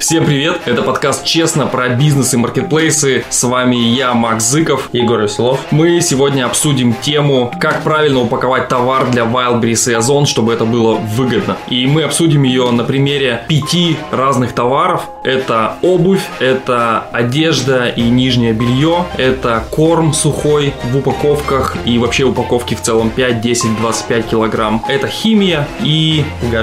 Всем привет, это подкаст «Честно» про бизнес и маркетплейсы. С вами я, Макс Зыков, Егор Веселов. Мы сегодня обсудим тему, как правильно упаковать товар для Wildberries и Озон, чтобы это было выгодно. И мы обсудим ее на примере 5 разных товаров. Это обувь, это одежда и нижнее белье, это корм сухой в упаковках и вообще упаковки в целом 5, 10, 25 килограмм. Это химия и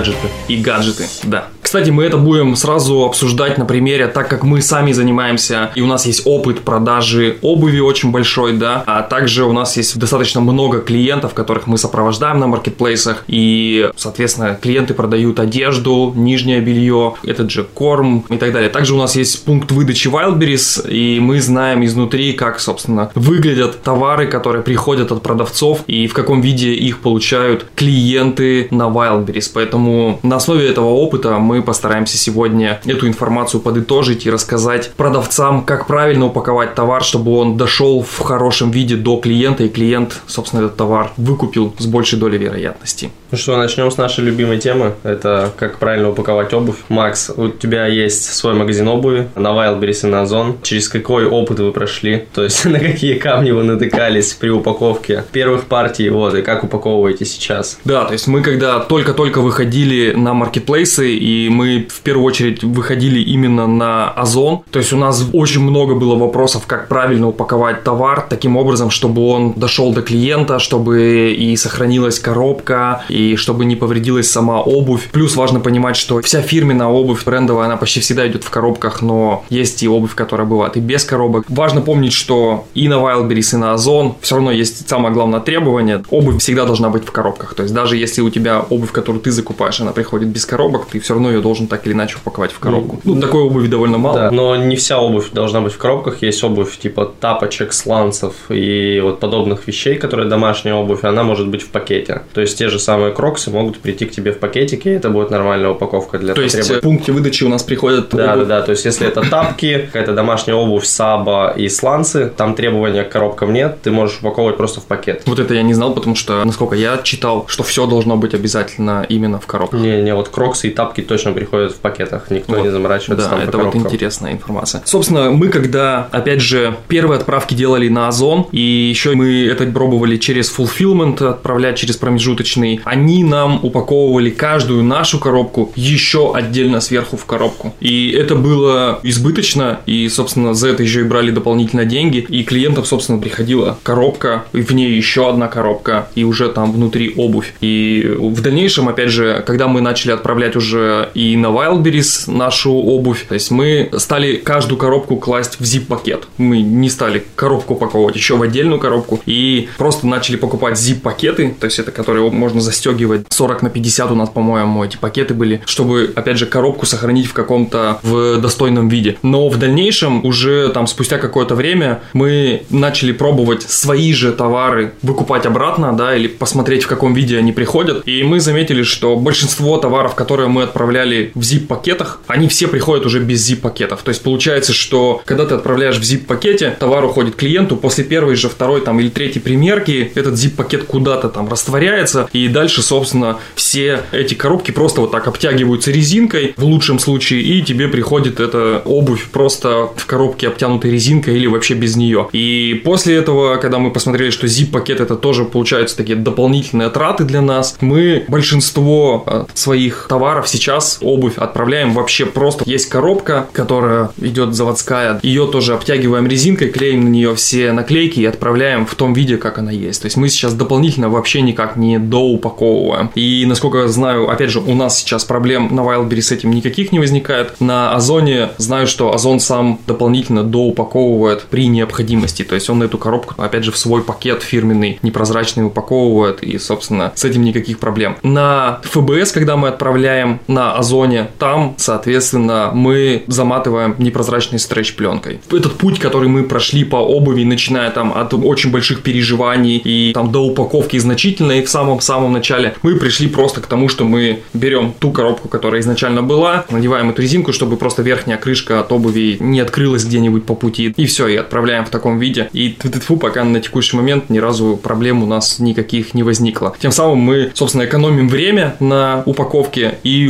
гаджеты, да. Кстати, мы это будем сразу обсуждать на примере, так как мы сами занимаемся, и у нас есть опыт продажи обуви очень большой, да, а также у нас есть достаточно много клиентов, которых мы сопровождаем на маркетплейсах, и, соответственно, клиенты продают одежду, нижнее белье, этот же корм и так далее. Также у нас есть пункт выдачи Wildberries, и мы знаем изнутри, как, собственно, выглядят товары, которые приходят от продавцов, и в каком виде их получают клиенты на Wildberries. Поэтому на основе этого опыта мы постараемся сегодня эту информацию подытожить и рассказать продавцам, как правильно упаковать товар, чтобы он дошел в хорошем виде до клиента, и клиент, собственно, этот товар выкупил с большей долей вероятности. Ну что, начнем с нашей любимой темы. Это как правильно упаковать обувь. Макс, у тебя есть свой магазин обуви на Wildberries и на Озон. Через какой опыт вы прошли? То есть на какие камни вы натыкались при упаковке первых партий, и как упаковываете сейчас? Да, то есть мы когда только-только выходили на маркетплейсы, и мы в первую очередь выходили именно на Озон, то есть у нас очень много было вопросов, как правильно упаковать товар таким образом, чтобы он дошел до клиента, чтобы и сохранилась коробка, и чтобы не повредилась сама обувь. Плюс важно понимать, что вся фирменная обувь брендовая, она почти всегда идет в коробках, но есть и обувь, которая бывает и без коробок. Важно помнить, что и на Wildberries, и на Озон все равно есть самое главное требование: обувь всегда должна быть в коробках. То есть даже если у тебя обувь, которую ты закупаешь, она приходит без коробок, ты все равно ее должен так или иначе упаковать в коробку. Такой обуви довольно мало. Да, но не вся обувь должна быть в коробках. Есть обувь типа тапочек, сланцев и подобных вещей, которые домашняя обувь, она может быть в пакете. То есть те же самые кроксы могут прийти к тебе в пакетике, и это будет нормальная упаковка для потребителя. То есть в пункте выдачи у нас приходят... Да. То есть если это тапки, какая-то домашняя обувь, саба и сланцы, там требования к коробкам нет, ты можешь упаковывать просто в пакет. Вот это я не знал, потому что, насколько я читал, что все должно быть обязательно именно в коробках. Не, кроксы и тапки точно приходят в пакетах, никто не заморачивается там по коробкам. Да, это интересная информация. Собственно, мы когда, опять же, первые отправки делали на Озон, и еще мы это пробовали через fulfillment отправлять, через промежуточный, они нам упаковывали каждую нашу коробку еще отдельно сверху в коробку. И это было избыточно, и, собственно, за это еще и брали дополнительно деньги, и клиентам, собственно, приходила коробка, и в ней еще одна коробка, и уже там внутри обувь. И в дальнейшем, опять же, когда мы начали отправлять уже и на Wildberries нашу обувь, то есть мы стали каждую коробку класть в zip-пакет. Мы не стали коробку упаковывать еще в отдельную коробку, и просто начали покупать zip-пакеты, то есть это которые можно застегивать 40/50 у нас, по-моему, эти пакеты были, чтобы, опять же, коробку сохранить в каком-то в достойном виде. Но в дальнейшем, уже там спустя какое-то время, мы начали пробовать свои же товары выкупать обратно, да, или посмотреть, в каком виде они приходят, и мы заметили, что большинство товаров, которые мы отправляли в zip-пакетах, они все приходят уже без zip-пакетов. То есть получается, что когда ты отправляешь в zip-пакете, товар уходит клиенту, после первой же, второй там или третьей примерки этот zip-пакет куда-то там растворяется, и дальше, собственно, все эти коробки просто вот так обтягиваются резинкой в лучшем случае, и тебе приходит эта обувь просто в коробке, обтянутой резинкой, или вообще без нее. И после этого, когда мы посмотрели, что zip-пакет это тоже получаются такие дополнительные траты для нас, мы большинство своих товаров сейчас, обувь, отправляем вообще просто. Есть коробка, которая идет заводская, ее тоже обтягиваем резинкой, клеим на нее все наклейки и отправляем в том виде, как она есть. То есть мы сейчас дополнительно вообще никак не доупаковываем. И насколько я знаю, опять же, у нас сейчас проблем на Wildberries с этим никаких не возникает. На Озоне знаю, что Озон сам дополнительно доупаковывает при необходимости. То есть он эту коробку, опять же, в свой пакет фирменный, непрозрачный упаковывает, и, собственно, с этим никаких проблем. На ФБС, когда мы отправляем на Озоне, там, соответственно, мы заматываем непрозрачной стретч-пленкой. Этот путь, который мы прошли по обуви, начиная там от очень больших переживаний и там до упаковки значительной в самом-самом начале, мы пришли просто к тому, что мы берем ту коробку, которая изначально была, надеваем эту резинку, чтобы просто верхняя крышка от обуви не открылась где-нибудь по пути, и все, и отправляем в таком виде. И пока на текущий момент ни разу проблем у нас никаких не возникло. Тем самым мы, собственно, экономим время на упаковке и экономим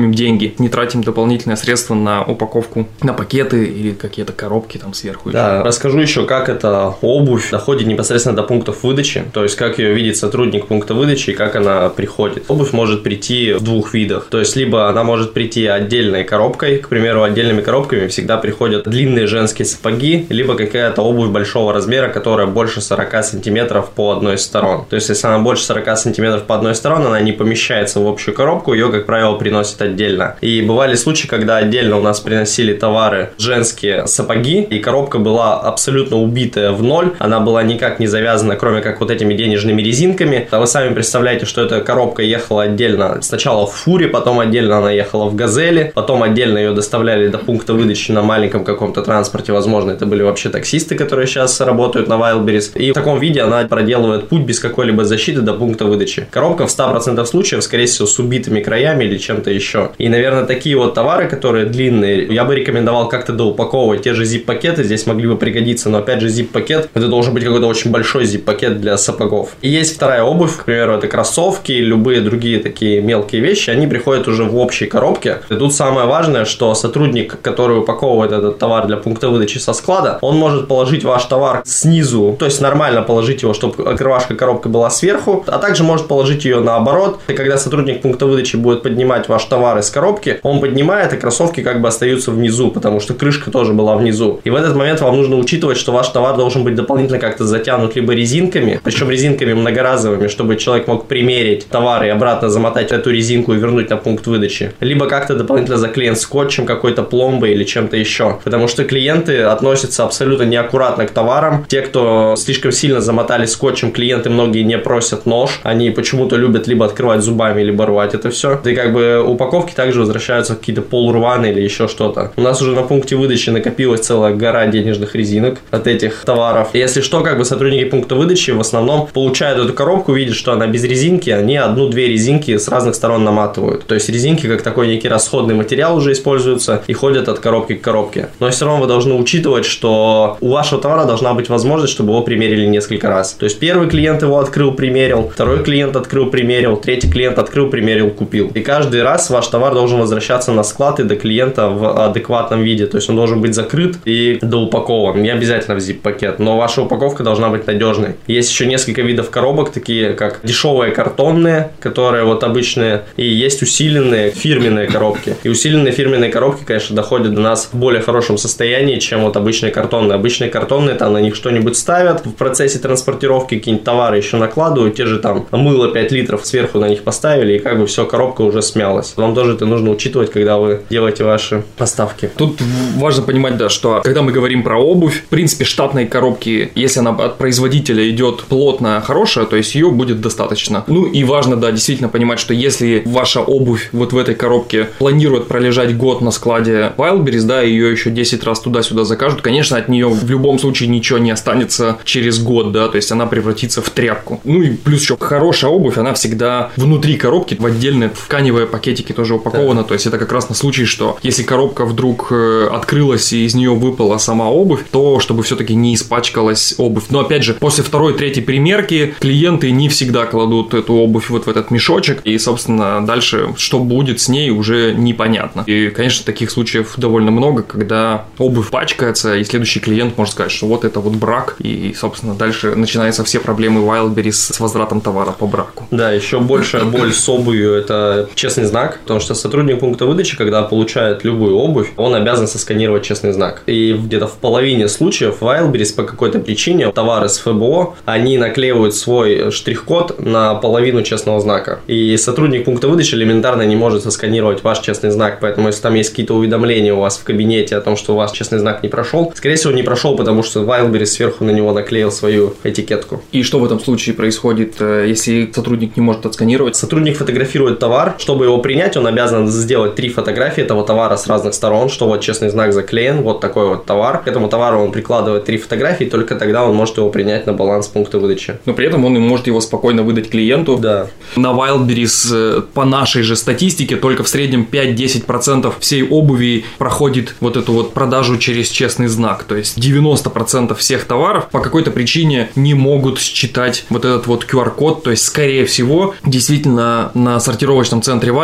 экономим деньги, не тратим дополнительные средства на упаковку, на пакеты или какие-то коробки там сверху. Да, расскажу еще, как эта обувь доходит непосредственно до пунктов выдачи, то есть как ее видит сотрудник пункта выдачи и как она приходит. Обувь может прийти в двух видах, то есть либо она может прийти отдельной коробкой, к примеру, отдельными коробками всегда приходят длинные женские сапоги, либо какая-то обувь большого размера, которая больше 40 сантиметров по одной из сторон. То есть если она больше 40 сантиметров по одной из сторон, она не помещается в общую коробку, ее, как правило, приносят отдельно. И бывали случаи, когда отдельно у нас приносили товары женские сапоги, и коробка была абсолютно убитая в ноль, она была никак не завязана, кроме как вот этими денежными резинками. А вы сами представляете, что эта коробка ехала отдельно сначала в фуре, потом отдельно она ехала в газели, потом отдельно ее доставляли до пункта выдачи на маленьком каком-то транспорте, возможно, это были вообще таксисты, которые сейчас работают на Wildberries, и в таком виде она проделывает путь без какой-либо защиты до пункта выдачи. Коробка в 100% случаев, скорее всего, с убитыми краями или чем-то еще. И, наверное, такие вот товары, которые длинные, я бы рекомендовал как-то доупаковывать. Те же zip-пакеты здесь могли бы пригодиться, но опять же zip-пакет, это должен быть какой-то очень большой zip-пакет для сапогов. И есть вторая обувь, к примеру, это кроссовки, любые другие такие мелкие вещи, они приходят уже в общей коробке. И тут самое важное, что сотрудник, который упаковывает этот товар для пункта выдачи со склада, он может положить ваш товар снизу, то есть нормально положить его, чтобы открывашка коробка была сверху, а также может положить ее наоборот. И когда сотрудник пункта выдачи будет поднимать ваш товар из коробки, он поднимает, и кроссовки как бы остаются внизу, потому что крышка тоже была внизу. И в этот момент вам нужно учитывать, что ваш товар должен быть дополнительно как-то затянут либо резинками, причем резинками многоразовыми, чтобы человек мог примерить товар и обратно замотать эту резинку и вернуть на пункт выдачи, либо как-то дополнительно заклеен скотчем, какой-то пломбой или чем-то еще. Потому что клиенты относятся абсолютно неаккуратно к товарам. Те, кто слишком сильно замотали скотчем, клиенты многие не просят нож, они почему-то любят либо открывать зубами, либо рвать это все. И как бы упаковки также возвращаются какие-то полурваные или еще что-то. У нас уже на пункте выдачи накопилась целая гора денежных резинок от этих товаров. И если что, как бы сотрудники пункта выдачи в основном получают эту коробку, видят, что она без резинки, они одну-две резинки с разных сторон наматывают. То есть резинки как такой некий расходный материал уже используются и ходят от коробки к коробке. Но все равно вы должны учитывать, что у вашего товара должна быть возможность, чтобы его примерили несколько раз. То есть первый клиент его открыл, примерил, второй клиент открыл, примерил, третий клиент открыл, примерил, купил. И каждый раз ваш товар должен возвращаться на склад и до клиента в адекватном виде. То есть он должен быть закрыт и доупакован. Не обязательно в zip-пакет, но ваша упаковка должна быть надежной. Есть еще несколько видов коробок, такие как дешевые картонные, которые вот обычные, и есть усиленные фирменные коробки. И усиленные фирменные коробки, конечно, доходят до нас в более хорошем состоянии, чем вот обычные картонные. Обычные картонные, там на них что-нибудь ставят в процессе транспортировки, какие-нибудь товары еще накладывают, те же там мыло 5 литров сверху на них поставили, и как бы все, коробка уже смялась. Вам тоже это нужно учитывать, когда вы делаете ваши поставки. Тут важно понимать, да, что когда мы говорим про обувь, в принципе, штатной коробки, если она от производителя идет плотная, хорошая, то есть ее будет достаточно. Ну и важно, да, действительно понимать, что если ваша обувь вот в этой коробке планирует пролежать год на складе Wildberries, да, ее еще 10 раз туда-сюда закажут, конечно, от нее в любом случае ничего не останется через год, да, то есть она превратится в тряпку. Ну и плюс еще хорошая обувь, она всегда внутри коробки в отдельные тканевые пакетики тоже упакована, то есть это как раз на случай, что если коробка вдруг открылась и из нее выпала сама обувь, то чтобы все-таки не испачкалась обувь. Но опять же, после второй, третьей примерки клиенты не всегда кладут эту обувь вот в этот мешочек, и, собственно, дальше, что будет с ней, уже непонятно. И, конечно, таких случаев довольно много, когда обувь пачкается, и следующий клиент может сказать, что вот это вот брак, и, собственно, дальше начинаются все проблемы Wildberries с возвратом товара по браку. Да, еще большая боль с обувью – это честный знак, потому что сотрудник пункта выдачи, когда получает любую обувь, он обязан сосканировать честный знак. И где-то в половине случаев Wildberries по какой-то причине товары с ФБО, они наклеивают свой штрих-код на половину честного знака. И сотрудник пункта выдачи элементарно не может сосканировать ваш честный знак, поэтому если там есть какие-то уведомления у вас в кабинете о том, что у вас честный знак не прошел, скорее всего не прошел, потому что Wildberries сверху на него наклеил свою этикетку. И что в этом случае происходит, если сотрудник не может отсканировать? Сотрудник фотографирует товар. Чтобы его принять, он обязан сделать 3 фотографии этого товара с разных сторон, что вот честный знак заклеен, вот такой вот товар. К этому товару он прикладывает 3 фотографии, только тогда он может его принять на баланс пункта выдачи. Но при этом он и может его спокойно выдать клиенту. Да. На Wildberries по нашей же статистике только в среднем 5-10% всей обуви проходит вот эту вот продажу через честный знак. То есть 90% всех товаров по какой-то причине не могут считать вот этот вот QR-код. То есть, скорее всего, действительно на сортировочном центре Wildberries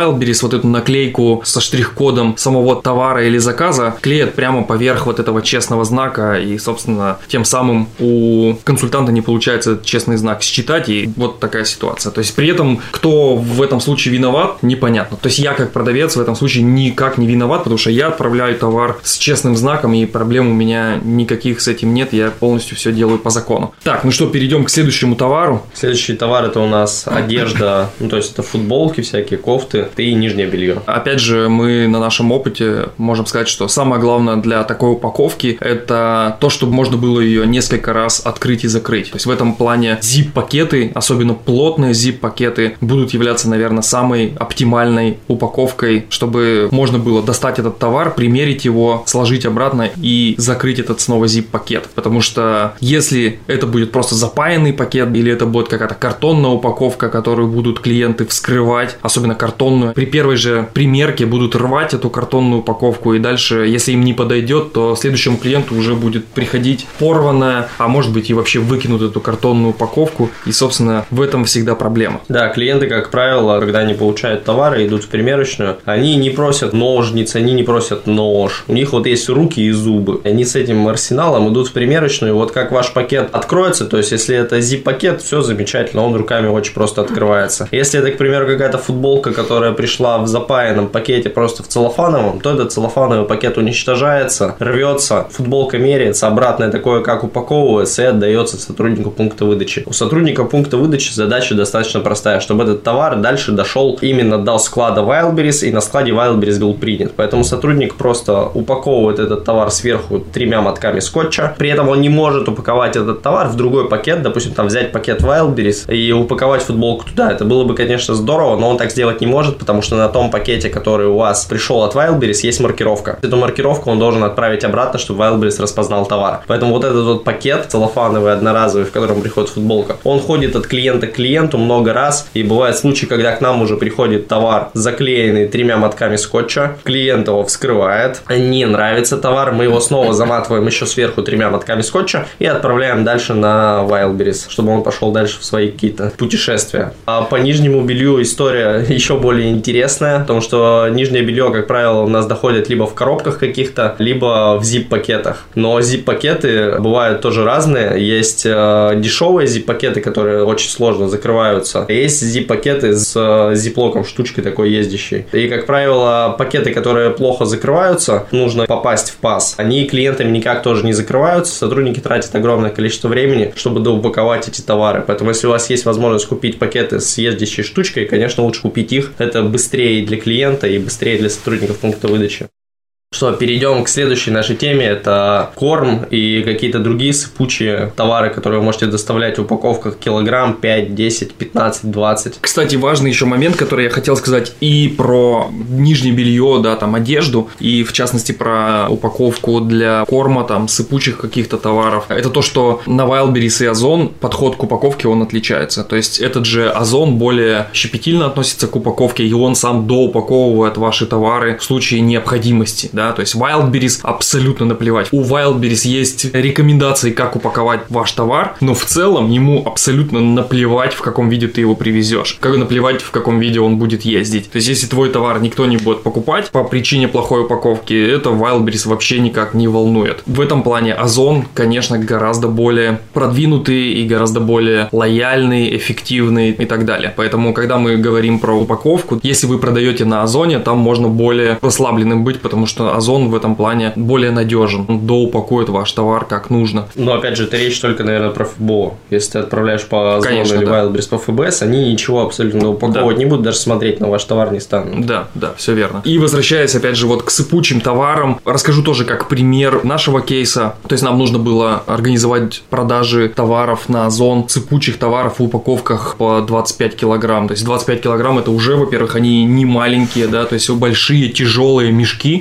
вот эту наклейку со штрих-кодом самого товара или заказа клеят прямо поверх вот этого честного знака, и, собственно, тем самым у консультанта не получается этот честный знак считать, и вот такая ситуация. То есть при этом, кто в этом случае виноват, непонятно. То есть я как продавец в этом случае никак не виноват, потому что я отправляю товар с честным знаком, и проблем у меня никаких с этим нет, я полностью все делаю по закону. Так, ну что, перейдем к следующему товару. Следующий товар — это у нас одежда, ну то есть это футболки всякие, кофты и нижнее белье. Опять же, мы на нашем опыте можем сказать, что самое главное для такой упаковки — это то, чтобы можно было ее несколько раз открыть и закрыть. То есть в этом плане zip-пакеты, особенно плотные zip-пакеты, будут являться, наверное, самой оптимальной упаковкой, чтобы можно было достать этот товар, примерить его, сложить обратно и закрыть этот снова zip-пакет. Потому что если это будет просто запаянный пакет или это будет какая-то картонная упаковка, которую будут клиенты вскрывать, особенно картонную, при первой же примерке будут рвать эту картонную упаковку, и дальше, если им не подойдет, то следующему клиенту уже будет приходить порванная, а может быть и вообще выкинут эту картонную упаковку, и, собственно, в этом всегда проблема. Да, клиенты, как правило, когда они получают товары, идут в примерочную, они не просят ножницы, они не просят нож, у них вот есть руки и зубы, они с этим арсеналом идут в примерочную, и вот как ваш пакет откроется, то есть если это zip-пакет, все замечательно, он руками очень просто открывается. Если это, к примеру, какая-то футболка, которая пришла в запаянном пакете, просто в целлофановом, то этот целлофановый пакет уничтожается, рвется, футболка меряется, обратное такое, как упаковывается, и отдается сотруднику пункта выдачи. У сотрудника пункта выдачи задача достаточно простая, чтобы этот товар дальше дошел именно до склада Wildberries, и на складе Wildberries был принят. Поэтому сотрудник просто упаковывает этот товар сверху 3 мотками скотча, при этом он не может упаковать этот товар в другой пакет, допустим, там взять пакет Wildberries и упаковать футболку туда. Это было бы, конечно, здорово, но он так сделать не может, потому что на том пакете, который у вас пришел от Wildberries, есть маркировка. Эту маркировку он должен отправить обратно, чтобы Wildberries распознал товар. Поэтому вот этот вот пакет целлофановый, одноразовый, в котором приходит футболка, он ходит от клиента к клиенту много раз, и бывают случаи, когда к нам уже приходит товар, заклеенный 3 мотками скотча, клиент его вскрывает, не нравится товар, мы его снова заматываем еще сверху 3 мотками скотча и отправляем дальше на Wildberries, чтобы он пошел дальше в свои какие-то путешествия. А по нижнему белью история еще более интересная, потому что нижнее белье, как правило, у нас доходит либо в коробках каких-то, либо в zip-пакетах. Но zip-пакеты бывают тоже разные. Есть дешевые zip-пакеты, которые очень сложно закрываются. Есть zip-пакеты с zip-локом, штучкой такой ездящей. И, как правило, пакеты, которые плохо закрываются, нужно попасть в паз. Они клиентами никак тоже не закрываются. Сотрудники тратят огромное количество времени, чтобы доупаковать эти товары. Поэтому, если у вас есть возможность купить пакеты с ездящей штучкой, конечно, лучше купить их. Это быстрее и для клиента, и быстрее для сотрудников пункта выдачи. Что, перейдем к следующей нашей теме. Это корм и какие-то другие сыпучие товары, которые вы можете доставлять в упаковках килограмм, 5, 10, 15, 20. Кстати, важный еще момент, который я хотел сказать и про нижнее белье, да, там, одежду, и в частности про упаковку для корма, там, сыпучих каких-то товаров. Это то, что на Wildberries и Озон подход к упаковке, он отличается. То есть этот же Озон более щепетильно относится к упаковке, и он сам доупаковывает ваши товары в случае необходимости, да. То есть Wildberries абсолютно наплевать. У Wildberries есть рекомендации, как упаковать ваш товар, но в целом ему абсолютно наплевать, в каком виде ты его привезешь, как наплевать, в каком виде он будет ездить. То есть если твой товар никто не будет покупать по причине плохой упаковки, это Wildberries вообще никак не волнует. В этом плане Озон, конечно, гораздо более продвинутый и гораздо более лояльный, эффективный и так далее. Поэтому, когда мы говорим про упаковку, если вы продаете на Озоне, там можно более расслабленным быть, потому что Озон в этом плане более надежен. Он доупакует ваш товар как нужно. Но опять же, это речь только, наверное, про ФБО. Если ты отправляешь по Озону или Wildberries по ФБС, они ничего абсолютно упаковывать не будут, даже смотреть на ваш товар не станут. Да, все верно. И возвращаясь, опять же, вот к сыпучим товарам, расскажу тоже как пример нашего кейса. То есть нам нужно было организовать продажи товаров на Озон, сыпучих товаров в упаковках по 25 килограмм. То есть 25 килограмм это уже, во-первых, они не маленькие, да, то есть большие, тяжелые мешки. И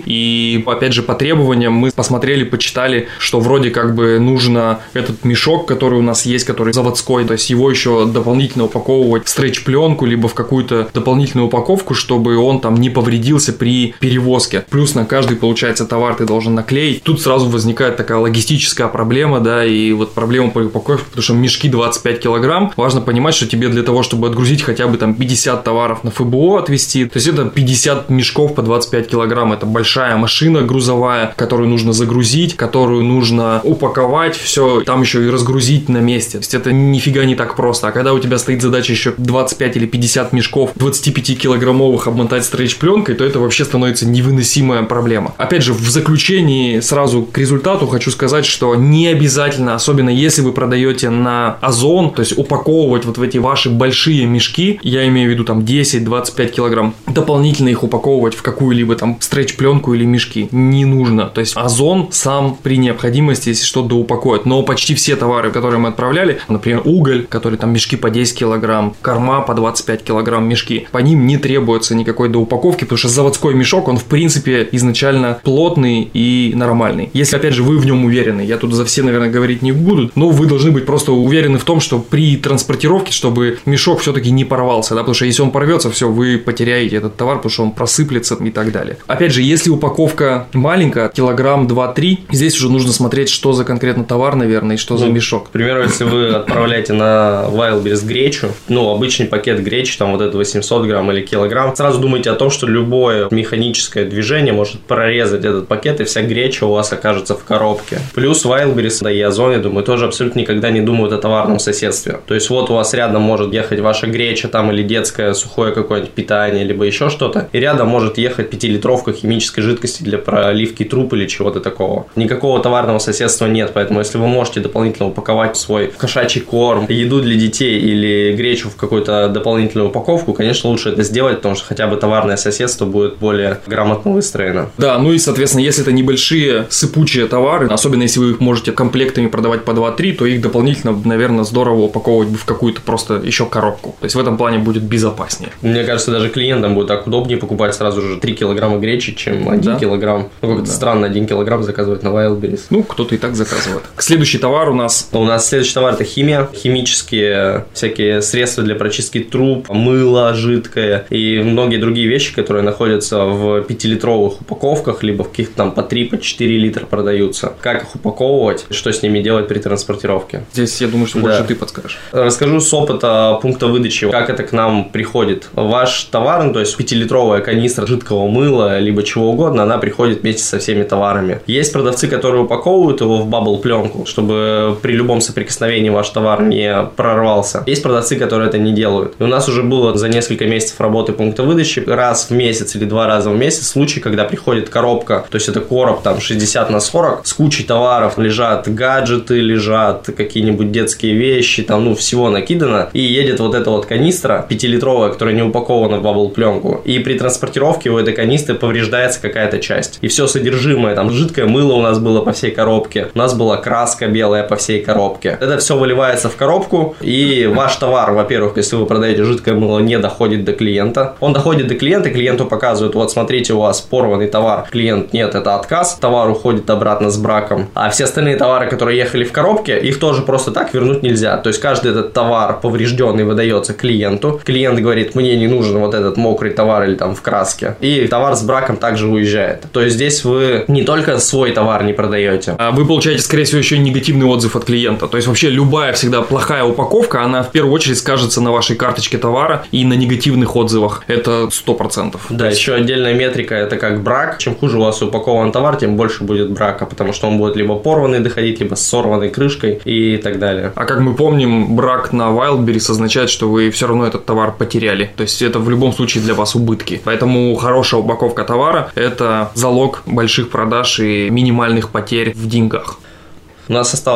И опять же по требованиям мы посмотрели, почитали, что вроде как бы нужно этот мешок, который у нас есть, который заводской, то есть его еще дополнительно упаковывать в стретч-пленку, либо в какую-то дополнительную упаковку, чтобы он там не повредился при перевозке. Плюс на каждый, получается, товар ты должен наклеить. Тут сразу возникает такая логистическая проблема, да, и вот проблема по упаковке, потому что мешки 25 килограмм. Важно понимать, что тебе для того, чтобы отгрузить хотя бы там 50 товаров на ФБО отвезти, то есть это 50 мешков по 25 килограмм. Это большая машина грузовая, которую нужно загрузить, которую нужно упаковать, все, там еще и разгрузить на месте. То есть это нифига не так просто. А когда у тебя стоит задача еще 25 или 50 мешков 25-килограммовых обмотать стрейч-пленкой, то это вообще становится невыносимая проблема. Опять же, в заключении сразу к результату хочу сказать, что не обязательно, особенно если вы продаете на Озон, то есть упаковывать вот в эти ваши большие мешки, я имею в виду там 10-25 килограмм, дополнительно их упаковывать в какую-либо там стретч-пленку или мешки не нужно. То есть Озон сам при необходимости, если что, доупакует. Но почти все товары, которые мы отправляли, например, уголь, который там мешки по 10 килограмм, корма по 25 килограмм мешки, по ним не требуется никакой доупаковки, потому что заводской мешок, он в принципе изначально плотный и нормальный. Если, опять же, вы в нем уверены, я тут за все, наверное, говорить не буду, но вы должны быть просто уверены в том, что при транспортировке, чтобы мешок все-таки не порвался, да, потому что если он порвется, все, вы потеряете этот товар, потому что он просыплется и так далее. Опять же, если упаковка маленькая, килограмм 2-3, здесь уже нужно смотреть, что за конкретно товар, наверное, и что за мешок. К примеру, если вы отправляете на Wildberries гречу, обычный пакет гречи, там вот это 800 грамм или килограмм, сразу думайте о том, что любое механическое движение может прорезать этот пакет, и вся греча у вас окажется в коробке. Плюс Wildberries, да и Озон, я думаю, тоже абсолютно никогда не думают о товарном соседстве. То есть вот у вас рядом может ехать ваша греча там или детское сухое какое-нибудь питание, либо еще что-то, и рядом может ехать 5-литровка химической жидкости для проливки труб или чего-то такого. Никакого товарного соседства нет, поэтому если вы можете дополнительно упаковать свой кошачий корм, еду для детей или гречу в какую-то дополнительную упаковку, конечно, лучше это сделать, потому что хотя бы товарное соседство будет более грамотно выстроено. Да, ну и, соответственно, если это небольшие сыпучие товары, особенно если вы их можете комплектами продавать по 2-3, то их дополнительно, наверное, здорово упаковывать в какую-то просто еще коробку. То есть в этом плане будет безопаснее. Мне кажется, даже клиентам будет так удобнее покупать сразу же 3 килограмма гречи, чем 1 килограмм. Как-то странно 1 килограмм заказывать на Wildberries. Кто-то и так заказывает. Следующий товар у нас... Следующий товар – это химия. Химические всякие средства для прочистки труб, мыло жидкое и многие другие вещи, которые находятся в 5-литровых упаковках, либо в каких-то там по 3-4 литра продаются. Как их упаковывать, что с ними делать при транспортировке. Здесь, я думаю, что больше ты подскажешь. Расскажу с опыта пункта выдачи, как это к нам приходит. Ваш товар, то есть 5-литровая канистра жидкого мыла, либо чего угодно, она приходит вместе со всеми товарами. Есть продавцы, которые упаковывают его в бабл-пленку, чтобы при любом соприкосновении ваш товар не прорвался. Есть продавцы, которые это не делают. И у нас уже было за несколько месяцев работы пункта выдачи раз в месяц или 2 раза в месяц случай, когда приходит коробка, то есть это короб там 60 на 40 с кучей товаров, лежат гаджеты, лежат какие-нибудь детские вещи, там всего накидано, и едет вот эта вот канистра 5-литровая, которая не упакована в бабл-пленку, и при транспортировке у этой канистры повреждается какая-то часть. И все содержимое, там жидкое мыло у нас было по всей коробке, у нас была краска белая по всей коробке. Это все выливается в коробку, и ваш товар, во-первых, если вы продаете жидкое мыло, не доходит до клиента. Он доходит до клиента, клиенту показывают, вот смотрите, у вас порванный товар. Клиент, нет, это отказ, товар уходит обратно с браком. А все остальные товары, которые ехали в коробке, их тоже просто так вернуть нельзя. То есть каждый этот товар поврежденный выдается клиенту. Клиент говорит, мне не нужен вот этот мокрый товар или там в краске. И товар с браком также уезжает. То есть здесь вы не только свой товар не продаете. А вы получаете, скорее всего, еще и негативный отзыв от клиента. То есть вообще любая всегда плохая упаковка, она в первую очередь скажется на вашей карточке товара и на негативных отзывах. Это 100%. Да, еще отдельная метрика, это как брак. Чем хуже у вас упакован товар, тем больше будет брака, потому что он будет либо порванный доходить, либо с сорванной крышкой и так далее. А как мы помним, брак на Wildberries означает, что вы все равно этот товар потеряли. То есть это в любом случае для вас убытки. Поэтому хорошая упаковка товара – это залог больших продаж и минимальных потерь в деньгах. У нас осталось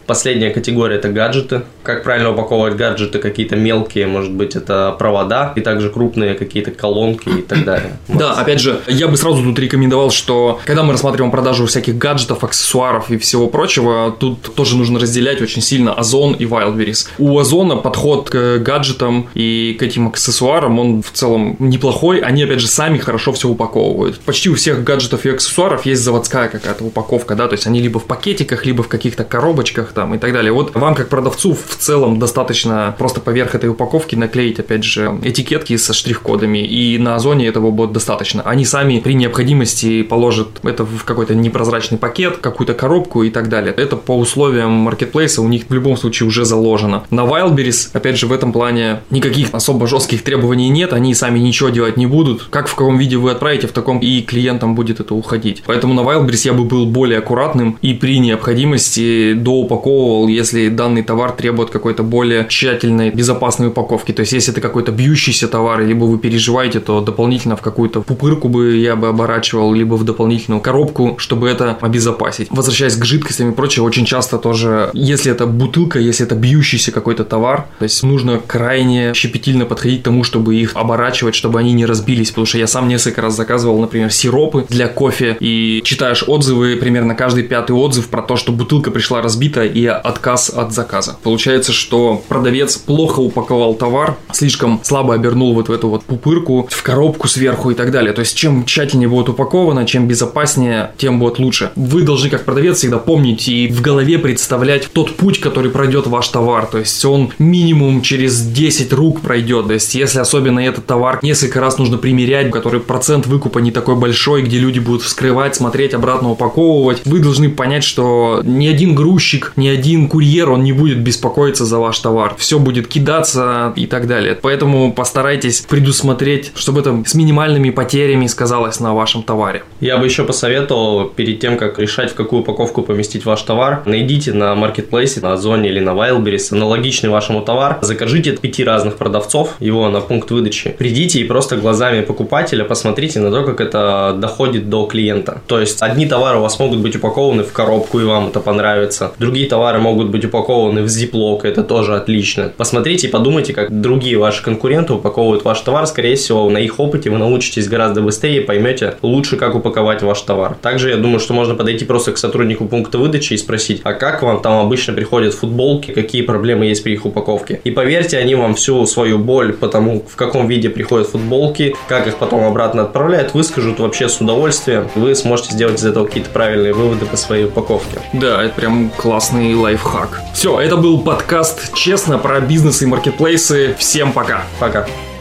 Последняя категория – это гаджеты. Как правильно упаковывать гаджеты, какие-то мелкие, может быть, это провода, и также крупные какие-то колонки и так далее. Да, опять же, я бы сразу тут рекомендовал, что когда мы рассматриваем продажу всяких гаджетов, аксессуаров и всего прочего, тут тоже нужно разделять очень сильно Озон и Wildberries. У Озона подход к гаджетам и к этим аксессуарам, он в целом неплохой, они, опять же, сами хорошо все упаковывают. Почти у всех гаджетов и аксессуаров есть заводская какая-то упаковка, да, то есть они либо в пакетиках, либо в каких-то коробочках там и так далее. Вот вам, как продавцу, в целом достаточно просто поверх этой упаковки наклеить, опять же, этикетки со штрих-кодами, и на Озоне этого будет достаточно. Они сами при необходимости положат это в какой-то непрозрачный пакет, какую-то коробку и так далее. Это по условиям маркетплейса у них в любом случае уже заложено. На Wildberries, опять же, в этом плане никаких особо жестких требований нет, они сами ничего делать не будут. Как в каком виде вы отправите, в таком и клиентам будет это уходить. Поэтому на Wildberries я бы был более аккуратным и при необходимости доупаковывал, если данный товар требует какой-то более тщательной, безопасной упаковки. То есть, если это какой-то бьющийся товар, либо вы переживаете, то дополнительно в какую-то пупырку бы я бы оборачивал, либо в дополнительную коробку, чтобы это обезопасить. Возвращаясь к жидкостям и прочее, очень часто тоже, если это бутылка, если это бьющийся какой-то товар, то есть нужно крайне щепетильно подходить к тому, чтобы их оборачивать, чтобы они не разбились, потому что я сам несколько раз заказывал, например, сиропы для кофе, и читаешь отзывы, примерно каждый 5-й отзыв про то, что бутылка пришла разбита и отказ от заказа. Получается, что продавец плохо упаковал товар, слишком слабо обернул вот в эту вот пупырку, в коробку сверху и так далее. То есть, чем тщательнее будет упаковано, чем безопаснее, тем будет лучше. Вы должны, как продавец, всегда помнить и в голове представлять тот путь, который пройдет ваш товар. То есть, он минимум через 10 рук пройдет. То есть, если особенно этот товар несколько раз нужно примерять, который процент выкупа не такой большой, где люди будут вскрывать, смотреть, обратно упаковывать, вы должны понять, что ни один грузчик, ни один курьер, он не будет беспокоиться за ваш товар. Все будет кидаться и так далее. Поэтому постарайтесь предусмотреть, чтобы это с минимальными потерями сказалось на вашем товаре. Я бы еще посоветовал, перед тем, как решать, в какую упаковку поместить ваш товар, найдите на маркетплейсе, на Озоне или на Wildberries аналогичный вашему товар, закажите от 5 разных продавцов его на пункт выдачи, придите и просто глазами покупателя посмотрите на то, как это доходит до клиента. То есть, одни товары у вас могут быть упакованы в коробку, и вам это понравится. Другие товары могут быть упакованы в зиплок, это тоже отлично. Посмотрите и подумайте, как другие ваши конкуренты упаковывают ваш товар. Скорее всего, на их опыте вы научитесь гораздо быстрее и поймете лучше, как упаковать ваш товар. Также я думаю, что можно подойти просто к сотруднику пункта выдачи и спросить, а как вам там обычно приходят футболки, какие проблемы есть при их упаковке. И поверьте, они вам всю свою боль по тому, в каком виде приходят футболки, как их потом обратно отправляют, выскажут вообще с удовольствием. Вы сможете сделать из этого какие-то правильные выводы по своей упаковке. Да, это прям классный лайфхак. Все, это был подкаст «Честно» про бизнес и маркетплейсы. Всем пока. Пока.